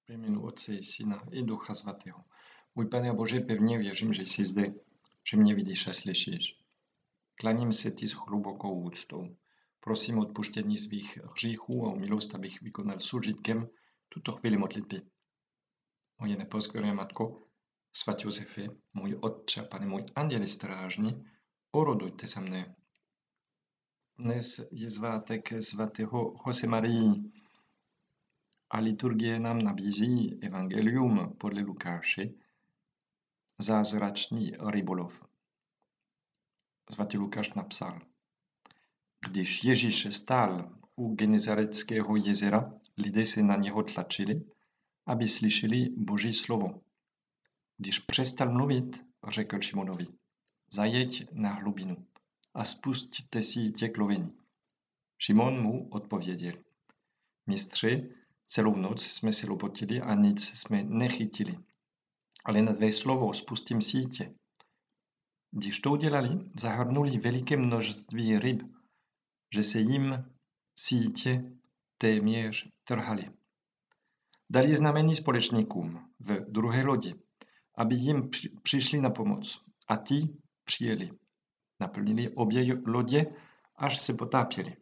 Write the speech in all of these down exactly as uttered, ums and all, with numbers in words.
Ve jménu Otce i Syna i Ducha Svatého. Můj Pane a Bože, pevně věřím, že jsi zde, že mě vidíš a slyšíš. Klaním se ti s hlubokou úctou. Prosím o odpuštění svých hříchů a o milost, abych vykonal s užitkem tuto chvíli modlitby. Moje neposkvrné Matko, svatý Josefe, můj Otče a Pane můj anděli strážní, orodujte se mne. Dnes je svátek svatého Josemarii a liturgie nám nabízí evangelium podle Lukáše, zázračný rybolov. Svatý Lukáš napsal: Když Ježíš stál u Genezareckého jezera, lidé se na něho tlačili, aby slyšeli Boží slovo. Když přestal mluvit, řekl Šimonovi: Zajeď na hlubinu a spusťte sítě k lovení. Šimon mu odpověděl: Mistře, celou noc jsme se lopotili a nic jsme nechytili, ale na tvé slovo spustím sítě. Když to udělali, zahrnuli veliké množství ryb, že se jim sítě téměř trhaly. Dali znamení společníkům v druhé lodi, aby jim přišli na pomoc, a ti přijeli. Naplnili obě lodě, až se potápěli.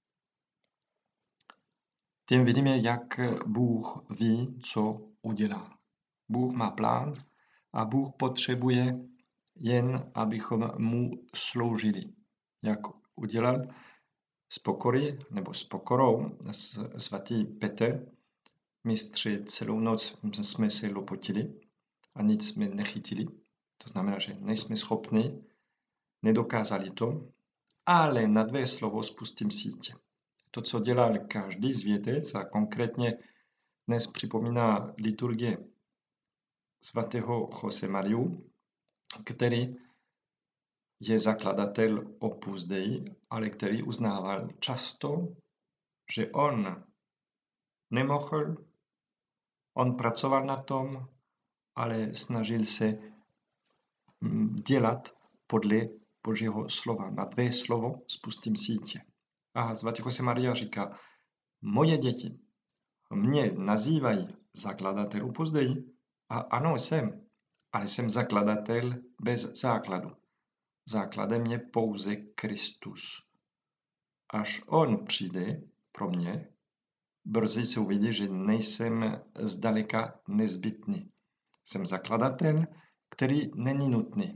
Tím vidíme, jak Bůh ví, co udělá. Bůh má plán a Bůh potřebuje jen, abychom mu sloužili. Jak udělal s pokory, nebo s pokorou svatý Petr. Mistři, celou noc jsme se lopotili a nic jsme nechytili. To znamená, že nejsme schopni, nedokázali to, ale na tvé slovo spustím sítě. To, co dělal každý světec, a konkrétně dnes připomíná liturgie svatého Josemariu, který je zakladatel Opus Dei, ale který uznával často, že on nemohl, on pracoval na tom, ale snažil se dělat podle Božího slova. Na tvé slovo spustím sítě. A svatý Josemaria říká: moje děti mě nazývají zakladatel Opus Dei, a ano, jsem, ale jsem zakladatel bez základu. Základem je pouze Kristus. Až on přijde pro mě, brzy se uvidí, že nejsem zdaleka nezbytný. Jsem zakladatel, který není nutný.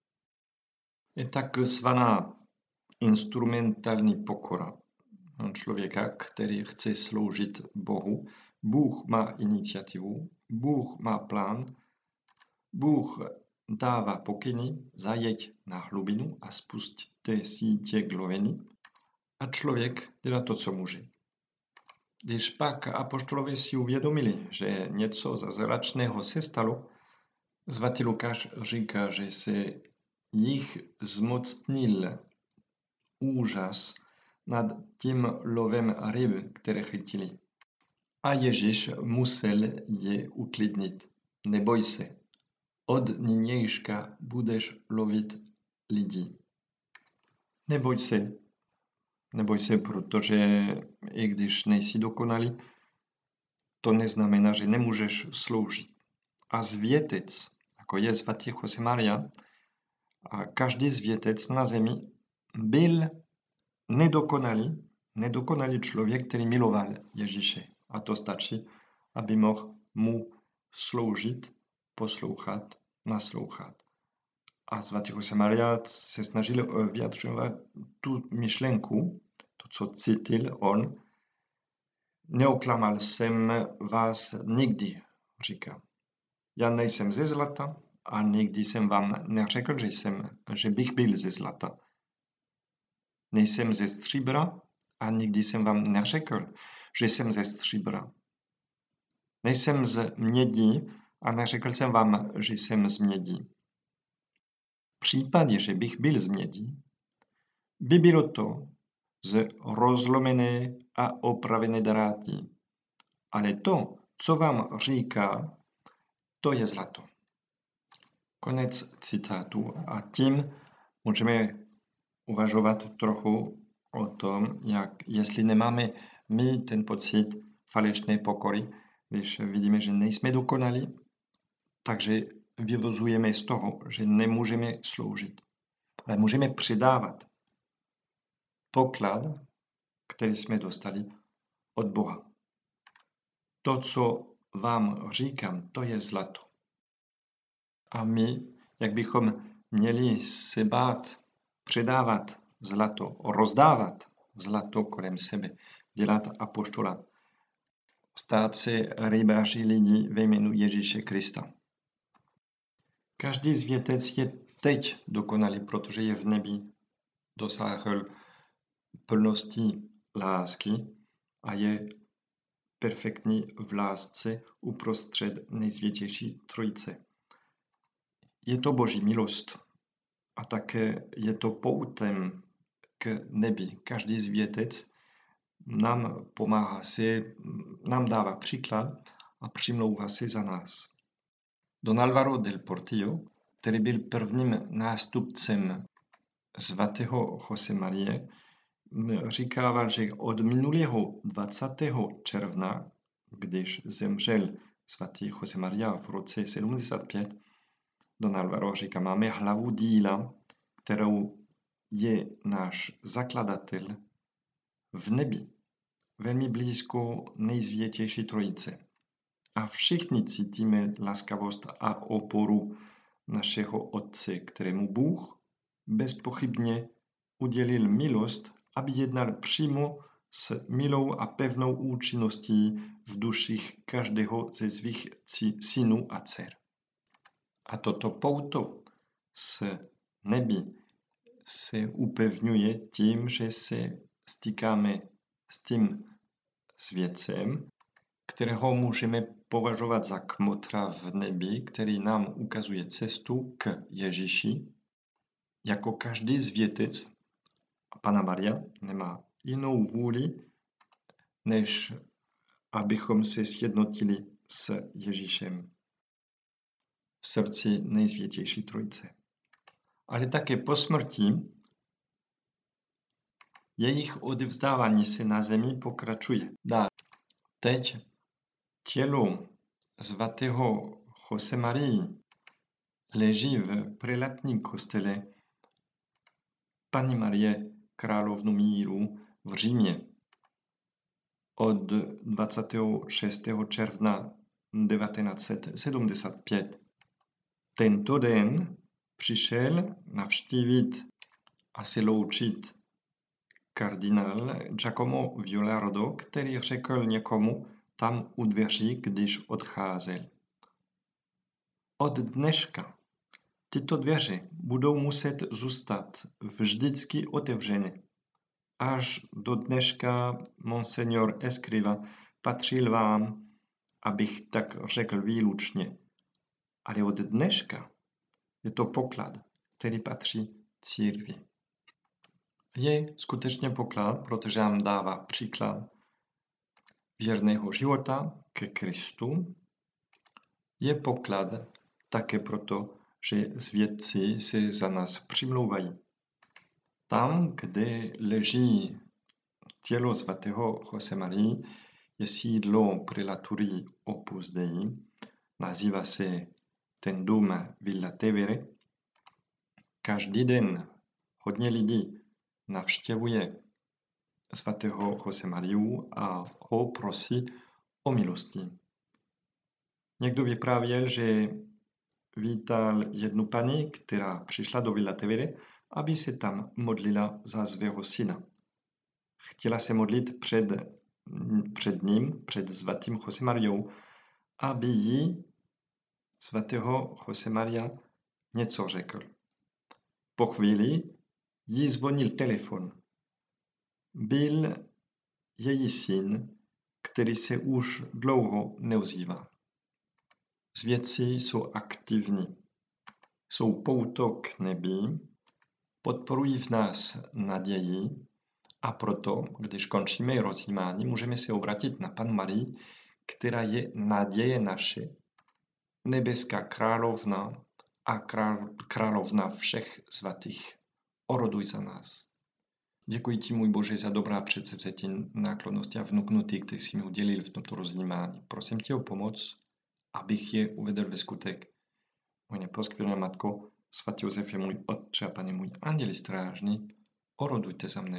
Je tak zvaná instrumentální pokora člověka, který chce sloužit Bohu. Bůh má iniciativu, Bůh má plán, Bůh dává pokyny, zajeď na hlubinu a spusťte sítě k lovení. A člověk dělá to, co může. Když pak apoštolové si uvědomili, že něco zázračného se stalo, svatý Lukáš říká, že se jich zmocnil úžas nad tím lovem ryb, které chytili. A Ježíš musel je uklidnit. Neboj se, od nynějška budeš lovit lidi. Neboj se. Neboj se, protože i když nejsi dokonalý, to neznamená, že nemůžeš sloužit. A světec, jako je svatý Josemaria, a každý světec na zemi byl nedokonalý, nedokonalý člověk, který miloval Ježíše. A to stačí, aby mohl mu sloužit, poslouchat, naslouchat. A svatý Josemaria se snažil vyjadřovat tu myšlenku, to, co cítil on. Neoklamal jsem vás nikdy, říká. Já nejsem ze zlata a nikdy jsem vám neřekl, že, jsem, že bych byl ze zlata. Nejsem ze stříbra a nikdy jsem vám neřekl, že jsem ze stříbra. Nejsem z mědi a neřekl jsem vám, že jsem z mědi. V případě, že bych byl z mědi, by bylo to z rozlomené a opravené dráti. Ale to, co vám říká, to je zlato. Konec citátu. A tím můžeme uvažovat trochu o tom, jak, jestli nemáme my ten pocit falešné pokory, když vidíme, že nejsme dokonalí, takže vyvozujeme z toho, že nemůžeme sloužit. Ale můžeme přidávat poklad, který jsme dostali od Boha. To, co vám říkám, to je zlato. A my, jak bychom měli se bát předávat zlato, rozdávat zlato kolem sebe, dělat apoštola, stát se rybáři lidí ve jménu Ježíše Krista. Každý zvětec je teď dokonalý, protože je v nebi, dosáhl plnosti lásky a je perfektní v lásce uprostřed nejsvětější trojice. Je to Boží milost a také je to poutem k nebi. Každý zvětec nám pomáhá si, nám dává příklad a přimlouvá se za nás. Don Álvaro del Portillo, který byl prvním nástupcem svatého Josemarie, říkával, že od minulého dvacátého června, když zemřel svatý Josemaria v roce sedmdesát pět, Don Álvaro říká, máme hlavu díla, kterou je náš zakladatel v nebi, velmi blízko nejsvětější trojice. A všichni cítíme laskavost a oporu našeho Otce, kterému Bůh bezpochybně udělil milost, aby jednal přímo s milou a pevnou účinností v duších každého ze svých synů a dcer. A toto pouto s nebi se upevňuje tím, že se stýkáme s tím světcem, kterého můžeme považovat za kmotra v nebi, který nám ukazuje cestu k Ježíši. Jako každý zvětec, Panna Maria nemá jinou vůli, než abychom se sjednotili s Ježíšem v srdci nejsvětější trojice. Ale také po smrti jejich odevzdávání se na zemi pokračuje. Dál. Teď tělo svatého Josemarii leží v prelátním kostele Panny Marie Královny míru v Římě od dvacátého šestého června devatenáct set sedmdesát pět. Tento den přišel navštívit a se loučit kardinál Giacomo Violardo, který řekl někomu tam u dveří, když odcházel. Od dneška tyto dveře budou muset zůstat vždycky otevřené. Až do dneška Monsignor Escriva patřil vám, abych tak řekl výlučně. Ale od dneška je to poklad, který patří církvi. Je skutečně poklad, protože nám dává příklad věrného života ke Kristu. Je poklad také proto, že svědci se za nás přimlouvají. Tam, kde leží tělo svatého Josemarii, je sídlo prelatury Opus Dei, nazývá se ten dům Villa Tevere. Každý den hodně lidí navštěvuje svatého Josemariu a ho prosí o milosti. Někdo vyprávěl, že vítal jednu paní, která přišla do Villa Tevere, aby se tam modlila za svého syna. Chtěla se modlit před, před ním, před svatým Josemariou, aby jí svatého Josemaria něco řekl. Po chvíli jí zvonil telefon. Byl její syn, který se už dlouho neozývá. Svědci jsou aktivní, jsou pouto k nebi, podporují v nás naději a proto, když končíme rozjímání, můžeme se obrátit na Pannu Marii, která je naděje naše, nebeská královna a královna všech svatých. Oroduj za nás. Děkuji ti, můj Bože, za dobrá předsevzetí, náklonnosti a vnuknutí, které jsi mi udělil v tomto rozjímání. Prosím tě o pomoc, abych je uvedl ve skutek. Moje neposkvělá matko, svatý Josef je můj otče a Pane můj anděli strážný, orodujte za mne.